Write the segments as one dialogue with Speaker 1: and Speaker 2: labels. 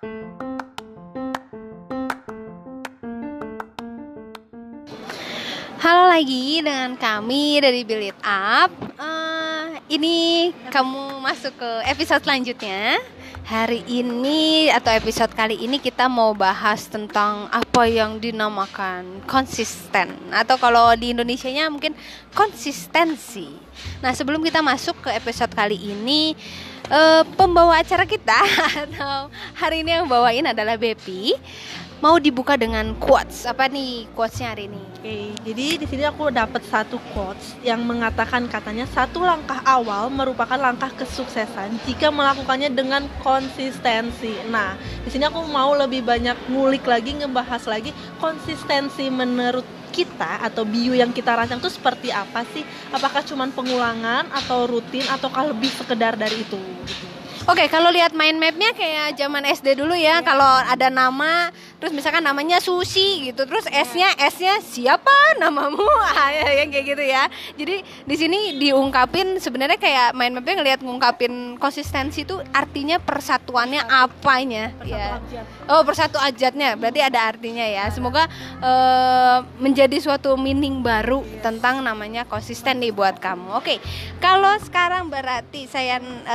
Speaker 1: Halo lagi dengan kami dari Build It Up. Ini kamu masuk ke episode selanjutnya. Hari ini atau episode kali ini kita mau bahas tentang apa yang dinamakan konsisten, atau kalau di Indonesianya mungkin konsistensi. Nah, sebelum kita masuk ke episode kali ini, pembawa acara kita atau hari ini yang bawain adalah Bepi. Mau dibuka dengan quotes. Apa nih quotesnya hari ini?
Speaker 2: Oke, jadi di sini aku dapat satu quotes yang mengatakan katanya satu langkah awal merupakan langkah kesuksesan jika melakukannya dengan konsistensi. Nah, di sini aku mau lebih banyak ngulik lagi, ngebahas lagi konsistensi menurut kita atau bio yang kita rancang itu seperti apa sih? Apakah cuma pengulangan atau rutin ataukah lebih sekedar dari itu?
Speaker 1: Oke, kalau lihat mind mapnya kayak zaman SD dulu ya. Kalau ada nama, terus misalkan namanya Susi gitu, terus S-nya siapa namamu? Yang kayak gitu ya. Jadi di sini diungkapin sebenarnya kayak mind mapnya ngelihat ngungkapin konsistensi itu artinya persatuannya apanya? Ya. Oh, persatu ajatnya, berarti ada artinya ya. Semoga menjadi suatu meaning baru tentang namanya konsisten nih buat kamu. Oke, kalau sekarang berarti saya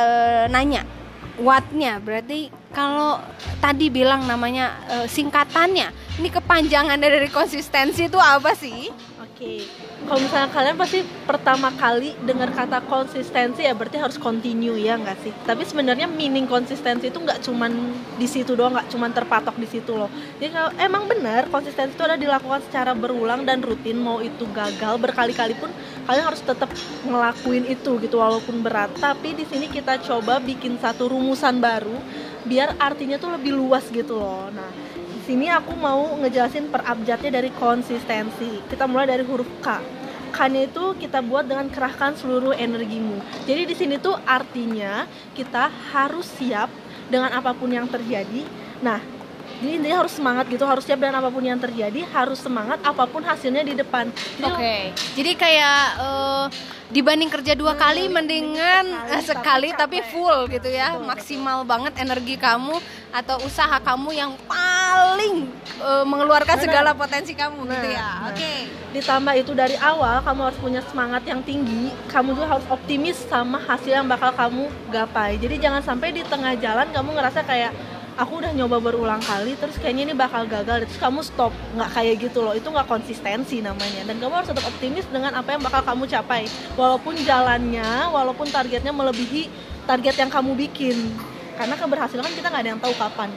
Speaker 1: nanya what-nya, berarti kalau tadi bilang namanya singkatannya, ini kepanjangan dari konsistensi itu apa sih?
Speaker 2: Oke, kalau misalnya kalian pasti pertama kali dengar kata konsistensi ya berarti harus continue, ya nggak sih? Tapi sebenarnya meaning konsistensi itu nggak cuman di situ doang, nggak cuman terpatok di situ loh. Jadi kalau emang benar konsistensi itu ada dilakukan secara berulang dan rutin, mau itu gagal berkali-kali pun kalian harus tetap ngelakuin itu gitu walaupun berat. Tapi di sini kita coba bikin satu rumusan baru biar artinya tuh lebih luas gitu loh. Nah, di sini aku mau ngejelasin per abjadnya dari konsistensi. Kita mulai dari huruf K. K-nya itu kita buat dengan kerahkan seluruh energimu. Jadi di sini tuh artinya kita harus siap dengan apapun yang terjadi. Nah, jadi intinya harus semangat gitu, harus siap dengan apapun yang terjadi, harus semangat apapun hasilnya di depan.
Speaker 1: Oke. Jadi kayak dibanding kerja 2 kali mendingan sekali tapi full gitu ya. Maksimal banget energi kamu atau usaha kamu yang paling mengeluarkan segala potensi kamu gitu ya. Oke.
Speaker 2: Ditambah itu dari awal kamu harus punya semangat yang tinggi, kamu juga harus optimis sama hasil yang bakal kamu gapai. Jadi jangan sampai di tengah jalan kamu ngerasa kayak aku udah nyoba berulang kali terus kayaknya ini bakal gagal, terus kamu stop. Nggak kayak gitu loh, itu nggak konsistensi namanya. Dan kamu harus tetap optimis dengan apa yang bakal kamu capai walaupun jalannya, walaupun targetnya melebihi target yang kamu bikin, karena keberhasilan kan kita nggak ada yang tahu kapan.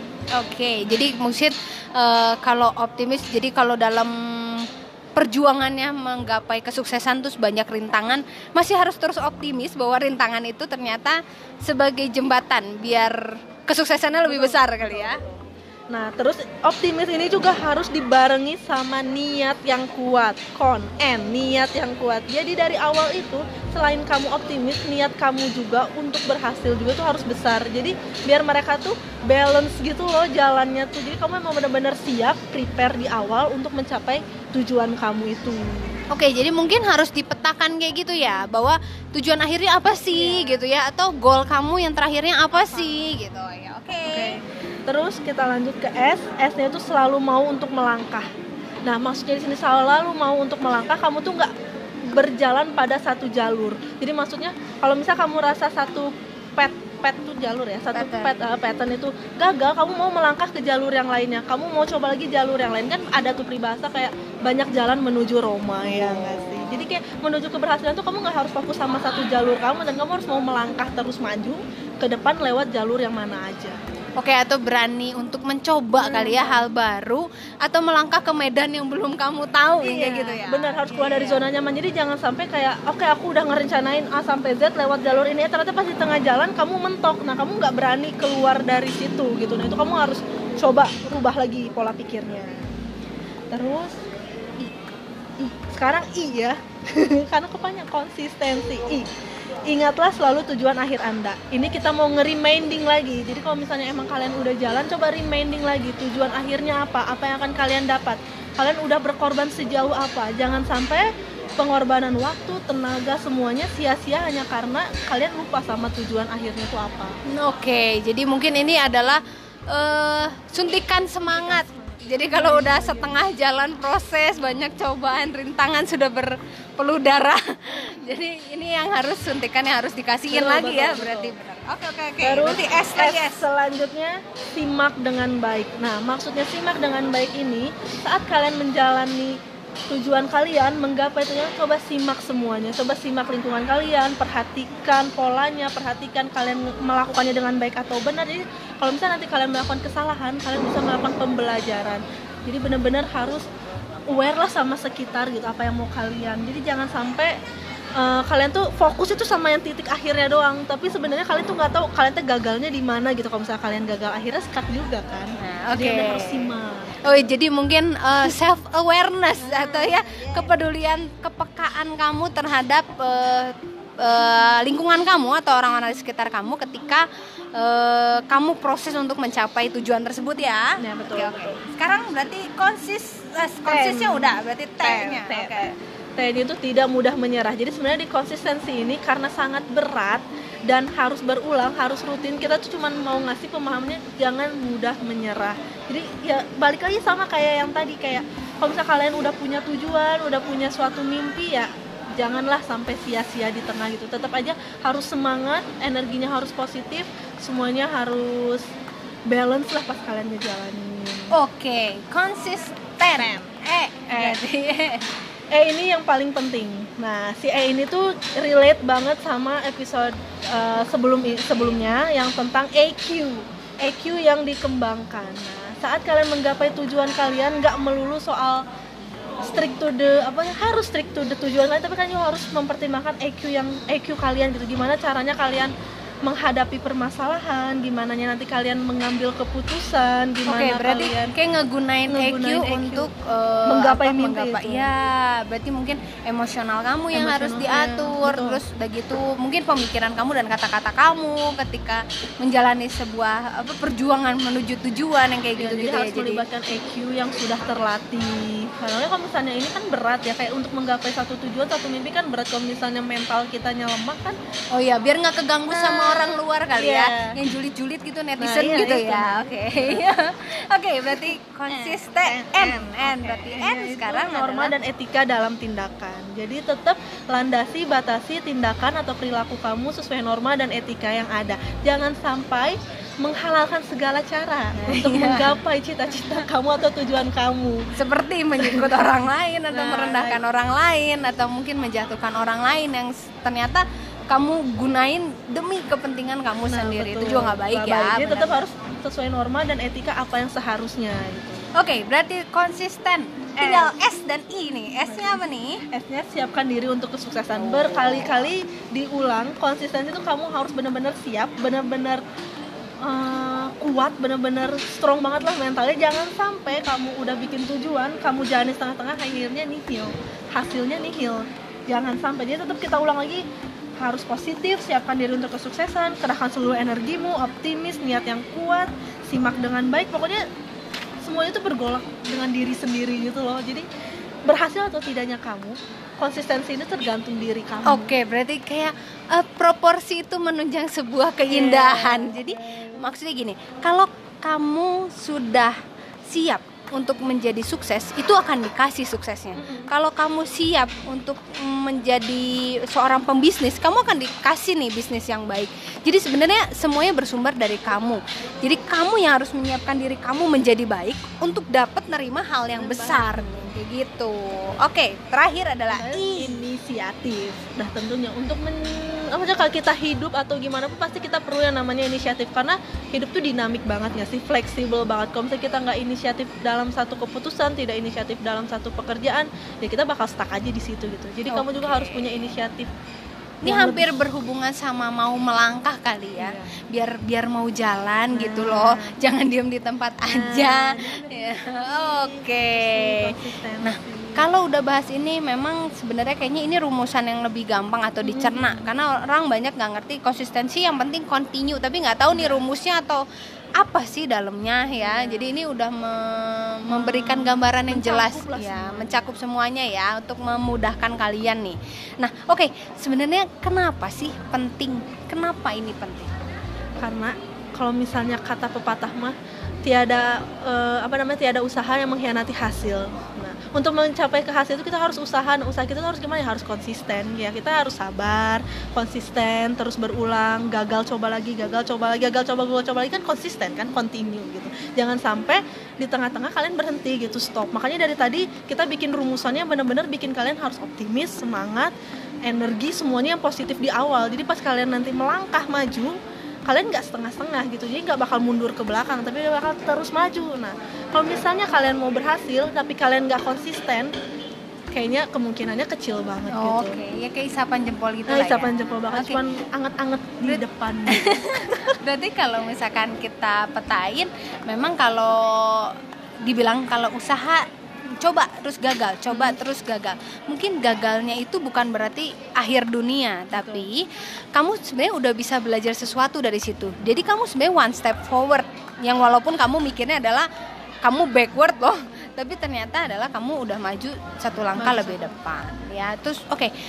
Speaker 1: Oke, jadi maksud kalau optimis, jadi kalau dalam perjuangannya menggapai kesuksesan terus banyak rintangan, masih harus terus optimis bahwa rintangan itu ternyata sebagai jembatan biar kesuksesannya lebih besar kali ya.
Speaker 2: Nah, terus optimis ini juga harus dibarengi sama niat yang kuat. Niat yang kuat. Jadi dari awal itu, selain kamu optimis, niat kamu juga untuk berhasil juga tuh harus besar. Jadi biar mereka tuh balance gitu loh jalannya tuh. Jadi kamu memang benar-benar siap, prepare di awal untuk mencapai tujuan kamu itu.
Speaker 1: Oke, jadi mungkin harus dipetakan kayak gitu ya, bahwa tujuan akhirnya apa sih gitu ya, atau goal kamu yang terakhirnya apa sih gitu ya. Oke.
Speaker 2: Terus kita lanjut ke S. S-nya itu selalu mau untuk melangkah. Nah, maksudnya di sini selalu mau untuk melangkah, kamu tuh nggak berjalan pada satu jalur. Jadi maksudnya kalau misal kamu rasa satu pet tuh jalur ya, satu pattern itu gagal, kamu mau melangkah ke jalur yang lainnya, kamu mau coba lagi jalur yang lain. Kan ada tuh peribahasa kayak banyak jalan menuju Roma, ya nggak sih? Jadi kayak menuju keberhasilan tuh kamu nggak harus fokus sama satu jalur kamu, dan kamu harus mau melangkah terus maju ke depan lewat jalur yang mana aja.
Speaker 1: Oke, atau berani untuk mencoba kali ya hal baru, atau melangkah ke medan yang belum kamu tahu, kayak gitu ya.
Speaker 2: Benar, harus keluar dari zona nyaman. Jadi jangan sampai kayak oke, aku udah ngerencanain A sampai Z lewat jalur ini, ternyata pas di tengah jalan kamu mentok. Nah, kamu nggak berani keluar dari situ gitu. Nah, itu kamu harus coba rubah lagi pola pikirnya. Terus sekarang I ya. Karena kepanjang konsistensi. I. Ingatlah selalu tujuan akhir Anda. Ini kita mau nge-reminding lagi. Jadi kalau misalnya emang kalian udah jalan, coba reminding lagi tujuan akhirnya apa yang akan kalian dapat. Kalian udah berkorban sejauh apa. Jangan sampai pengorbanan waktu, tenaga, semuanya sia-sia hanya karena kalian lupa sama tujuan akhirnya itu apa.
Speaker 1: Oke, jadi mungkin ini adalah suntikan semangat. Jadi kalau udah setengah jalan proses, banyak cobaan, rintangan, sudah berpeluh darah. Jadi ini yang harus suntikan, yang harus dikasihin lagi ya, berarti benar. Oke.
Speaker 2: Terus
Speaker 1: Berarti S lagi S.
Speaker 2: selanjutnya simak dengan baik. Nah, maksudnya simak dengan baik ini saat kalian menjalani tujuan kalian, menggapai tujuan, coba simak semuanya, coba simak lingkungan kalian, perhatikan polanya, perhatikan kalian melakukannya dengan baik atau benar. Jadi kalau misalnya nanti kalian melakukan kesalahan, kalian bisa melakukan pembelajaran. Jadi benar-benar harus aware lah sama sekitar gitu, apa yang mau kalian. Jadi jangan sampai kalian tuh fokus itu sama yang titik akhirnya doang, tapi sebenarnya kalian tuh nggak tahu kalian tuh gagalnya di mana gitu. Kalau misalnya kalian gagal akhirnya stuck juga kan. Jadi harus simak.
Speaker 1: Oh, jadi mungkin self awareness atau ya kepedulian, kepekaan kamu terhadap lingkungan kamu atau orang-orang di sekitar kamu ketika kamu proses untuk mencapai tujuan tersebut ya.
Speaker 2: Ya betul.
Speaker 1: Oke. Sekarang berarti konsisnya udah berarti T-nya. Oke.
Speaker 2: Ini itu tidak mudah menyerah. Jadi sebenarnya di konsistensi ini karena sangat berat dan harus berulang, harus rutin, kita tuh cuma mau ngasih pemahamannya jangan mudah menyerah. Jadi ya balik lagi sama kayak yang tadi, kayak kalau misalnya kalian udah punya tujuan, udah punya suatu mimpi, ya janganlah sampai sia-sia di tengah gitu. Tetap aja harus semangat, energinya harus positif, semuanya harus balance lah pas kalian ngejalanin.
Speaker 1: Oke, konsisten.
Speaker 2: Ini yang paling penting. Nah, si ini tuh relate banget sama episode sebelumnya yang tentang EQ yang dikembangkan. Nah, saat kalian menggapai tujuan kalian, nggak melulu soal harus strict to the tujuan kalian, tapi kan juga harus mempertimbangkan EQ kalian gitu. Gimana caranya kalian menghadapi permasalahan, gimana nanti kalian mengambil keputusan, gimana
Speaker 1: berarti
Speaker 2: kalian
Speaker 1: kayak ngegunain EQ untuk
Speaker 2: menggapai mimpi itu.
Speaker 1: Ya, berarti mungkin emosional kamu yang harus diatur,
Speaker 2: betul.
Speaker 1: Terus udah gitu mungkin pemikiran kamu dan kata-kata kamu ketika menjalani sebuah perjuangan menuju tujuan yang kayak gitu-gitu
Speaker 2: jadi harus melibatkan EQ yang sudah terlatih. Karena kalau misalnya ini kan berat ya, kayak untuk menggapai satu tujuan, satu mimpi kan berat. Kalau misalnya mental kitanya lemah kan,
Speaker 1: oh iya, biar nggak keganggu sama orang luar kali ya, yang julid-julid gitu, netizen gitu itu. Ya. Oke, berarti konsisten. Berarti N sekarang
Speaker 2: norma dan etika dalam tindakan. Jadi tetap landasi, batasi tindakan atau perilaku kamu sesuai norma dan etika yang ada. Jangan sampai menghalalkan segala cara untuk menggapai cita-cita kamu atau tujuan kamu.
Speaker 1: Seperti menyikut orang lain atau merendahkan orang lain atau mungkin menjatuhkan orang lain yang ternyata kamu gunain demi kepentingan kamu sendiri. Betul. Itu juga nggak baik ya.
Speaker 2: Jadi tetap harus sesuai norma dan etika apa yang seharusnya gitu.
Speaker 1: Oke, berarti konsisten. Tinggal S dan I nih. S-nya apa nih?
Speaker 2: S-nya siapkan diri untuk kesuksesan. Berkali-kali diulang. Konsistensi itu kamu harus benar-benar siap, benar-benar kuat, benar-benar strong banget lah mentalnya. Jangan sampai kamu udah bikin tujuan, kamu jalanin setengah-setengah, akhirnya nihil, hasilnya nihil. Jangan sampai. Jadi tetap kita ulang lagi, harus positif, siapkan diri untuk kesuksesan, kerahkan seluruh energimu, optimis, niat yang kuat, simak dengan baik. Pokoknya semuanya itu bergolak dengan diri sendiri gitu loh. Jadi berhasil atau tidaknya kamu, konsistensi ini tergantung diri kamu.
Speaker 1: Oke, berarti kayak proporsi itu menunjang sebuah keindahan. Jadi maksudnya gini, kalau kamu sudah siap untuk menjadi sukses, itu akan dikasih suksesnya. Kalau kamu siap untuk menjadi seorang pembisnis, kamu akan dikasih nih bisnis yang baik. Jadi sebenarnya semuanya bersumber dari kamu. Jadi kamu yang harus menyiapkan diri kamu menjadi baik untuk dapat nerima hal yang besar. Kayak gitu. Oke, terakhir adalah
Speaker 2: inisiatif. Nah, tentunya untuk kalau kita hidup atau gimana pun pasti kita perlu yang namanya inisiatif, karena hidup tuh dinamik banget nggak sih, fleksibel banget. Kalau misalnya kita nggak inisiatif dalam satu keputusan, tidak inisiatif dalam satu pekerjaan, ya kita bakal stuck aja di situ gitu. Jadi kamu juga harus punya inisiatif.
Speaker 1: Ini hampir berhubungan sama mau melangkah kali ya, biar mau jalan gitu loh, jangan diem di tempat aja. Oke. Nah, kalau udah bahas ini, memang sebenarnya kayaknya ini rumusan yang lebih gampang atau dicerna, karena orang banyak nggak ngerti konsistensi, yang penting continue, tapi nggak tahu nih rumusnya atau apa sih dalamnya ya. Jadi ini udah memberikan gambaran yang jelas ya, mencakup semuanya ya, untuk memudahkan kalian nih. Nah, oke, sebenarnya kenapa sih penting? Kenapa ini penting?
Speaker 2: Karena kalau misalnya kata pepatah mah tiada tiada usaha yang mengkhianati hasil. Nah, untuk mencapai ke hasil itu kita harus usaha. Nah, usaha kita harus gimana ya? Harus konsisten ya. Kita harus sabar, konsisten, terus berulang, gagal coba lagi kan konsisten kan, continue gitu. Jangan sampai di tengah-tengah kalian berhenti gitu, stop. Makanya dari tadi kita bikin rumusannya benar-benar bikin kalian harus optimis, semangat, energi, semuanya yang positif di awal. Jadi pas kalian nanti melangkah maju, kalian nggak setengah-setengah gitu, jadi nggak bakal mundur ke belakang, tapi bakal terus maju. Nah, kalau misalnya kalian mau berhasil tapi kalian nggak konsisten, kayaknya kemungkinannya kecil banget gitu.
Speaker 1: Oke, ya kayak isapan jempol gitu
Speaker 2: Nah,
Speaker 1: lah
Speaker 2: isapan
Speaker 1: ya.
Speaker 2: jempol banget,
Speaker 1: Oke.
Speaker 2: cuman anget-anget di depan gitu.
Speaker 1: Berarti kalau misalkan kita petain, memang kalau dibilang kalau usaha coba terus gagal, mungkin gagalnya itu bukan berarti akhir dunia, tapi kamu sebenarnya udah bisa belajar sesuatu dari situ. Jadi kamu sebenarnya one step forward, yang walaupun kamu mikirnya adalah kamu backward loh, tapi ternyata adalah kamu udah maju satu langkah lebih depan ya. Terus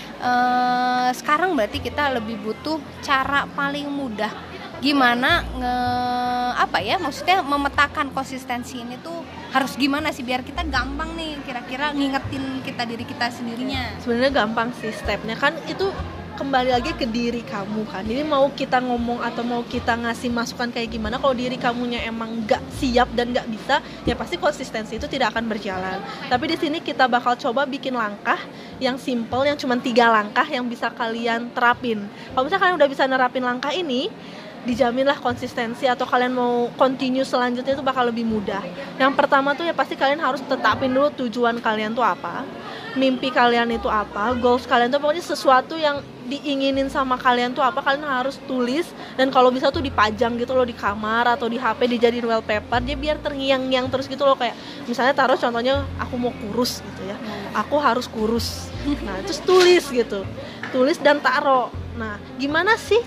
Speaker 1: sekarang berarti kita lebih butuh cara paling mudah gimana maksudnya memetakan konsistensi ini tuh harus gimana sih biar kita gampang nih kira-kira ngingetin diri kita sendirinya.
Speaker 2: Sebenarnya gampang sih stepnya, kan itu kembali lagi ke diri kamu kan. Jadi mau kita ngomong atau mau kita ngasih masukan kayak gimana, kalau diri kamunya emang nggak siap dan nggak bisa, ya pasti konsistensi itu tidak akan berjalan. Tapi di sini kita bakal coba bikin langkah yang simple, yang cuma 3 langkah yang bisa kalian terapin. Kalau misalnya kalian udah bisa nerapin langkah ini, dijaminlah konsistensi atau kalian mau continue selanjutnya itu bakal lebih mudah. Yang pertama tuh ya pasti kalian harus tetapin dulu tujuan kalian tuh apa, mimpi kalian itu apa, goals kalian tuh pokoknya sesuatu yang diinginin sama kalian tuh apa, kalian harus tulis, dan kalau bisa tuh dipajang gitu loh di kamar atau di HP, dijadiin wallpaper, dia biar terngiang-ngiang terus gitu loh. Kayak misalnya taruh contohnya aku mau kurus gitu ya, aku harus kurus, nah terus tulis dan taruh. Nah, gimana sih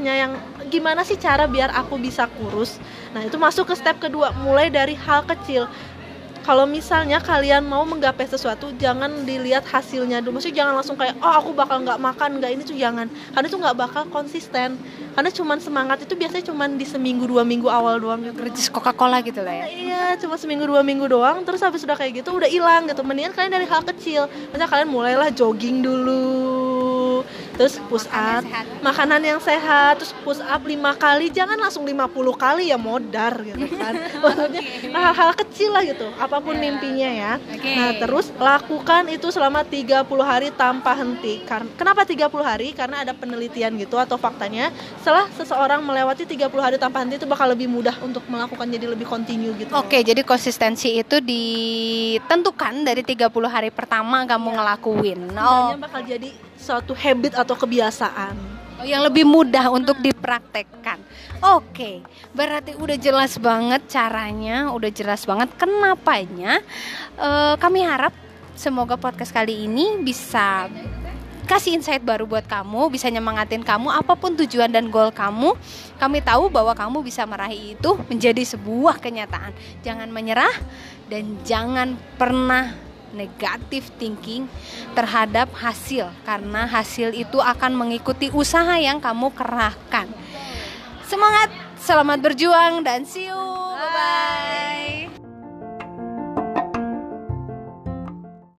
Speaker 2: cara biar aku bisa kurus? Nah, itu masuk ke step kedua, mulai dari hal kecil. Kalau misalnya kalian mau menggapai sesuatu, jangan dilihat hasilnya dulu. Maksudnya jangan langsung kayak, oh aku bakal nggak makan, nggak ini tuh jangan. Karena itu nggak bakal konsisten. Karena cuman semangat itu biasanya cuman di seminggu 2 minggu awal doang gitu.
Speaker 1: Percis Coca-Cola gitu lah ya.
Speaker 2: Iya, cuma seminggu 2 minggu doang, terus habis sudah kayak gitu udah hilang gitu. Mendingan kalian dari hal kecil. Misalnya kalian mulailah jogging dulu, terus push up, makanan yang sehat, terus push up 5 kali, jangan langsung 50 kali ya, modar gitu kan. Maksudnya hal-hal kecil lah gitu, apapun mimpinya ya. Nah, terus lakukan itu selama 30 hari tanpa henti. Kenapa 30 hari? Karena ada penelitian gitu atau faktanya, setelah seseorang melewati 30 hari tanpa henti itu bakal lebih mudah untuk melakukan, jadi lebih continue gitu.
Speaker 1: Oke, jadi konsistensi itu ditentukan dari 30 hari pertama kamu ngelakuin.
Speaker 2: Sebenarnya bakal jadi suatu habit atau kebiasaan.
Speaker 1: Yang lebih mudah untuk dipraktekkan. Oke, berarti udah jelas banget caranya, udah jelas banget kenapanya. Kami harap semoga podcast kali ini bisa kasih insight baru buat kamu, bisa nyemangatin kamu apapun tujuan dan goal kamu. Kami tahu bahwa kamu bisa meraih itu menjadi sebuah kenyataan. Jangan menyerah dan jangan pernah negative thinking terhadap hasil, karena hasil itu akan mengikuti usaha yang kamu kerahkan. Semangat, selamat berjuang, dan see you. Bye-bye.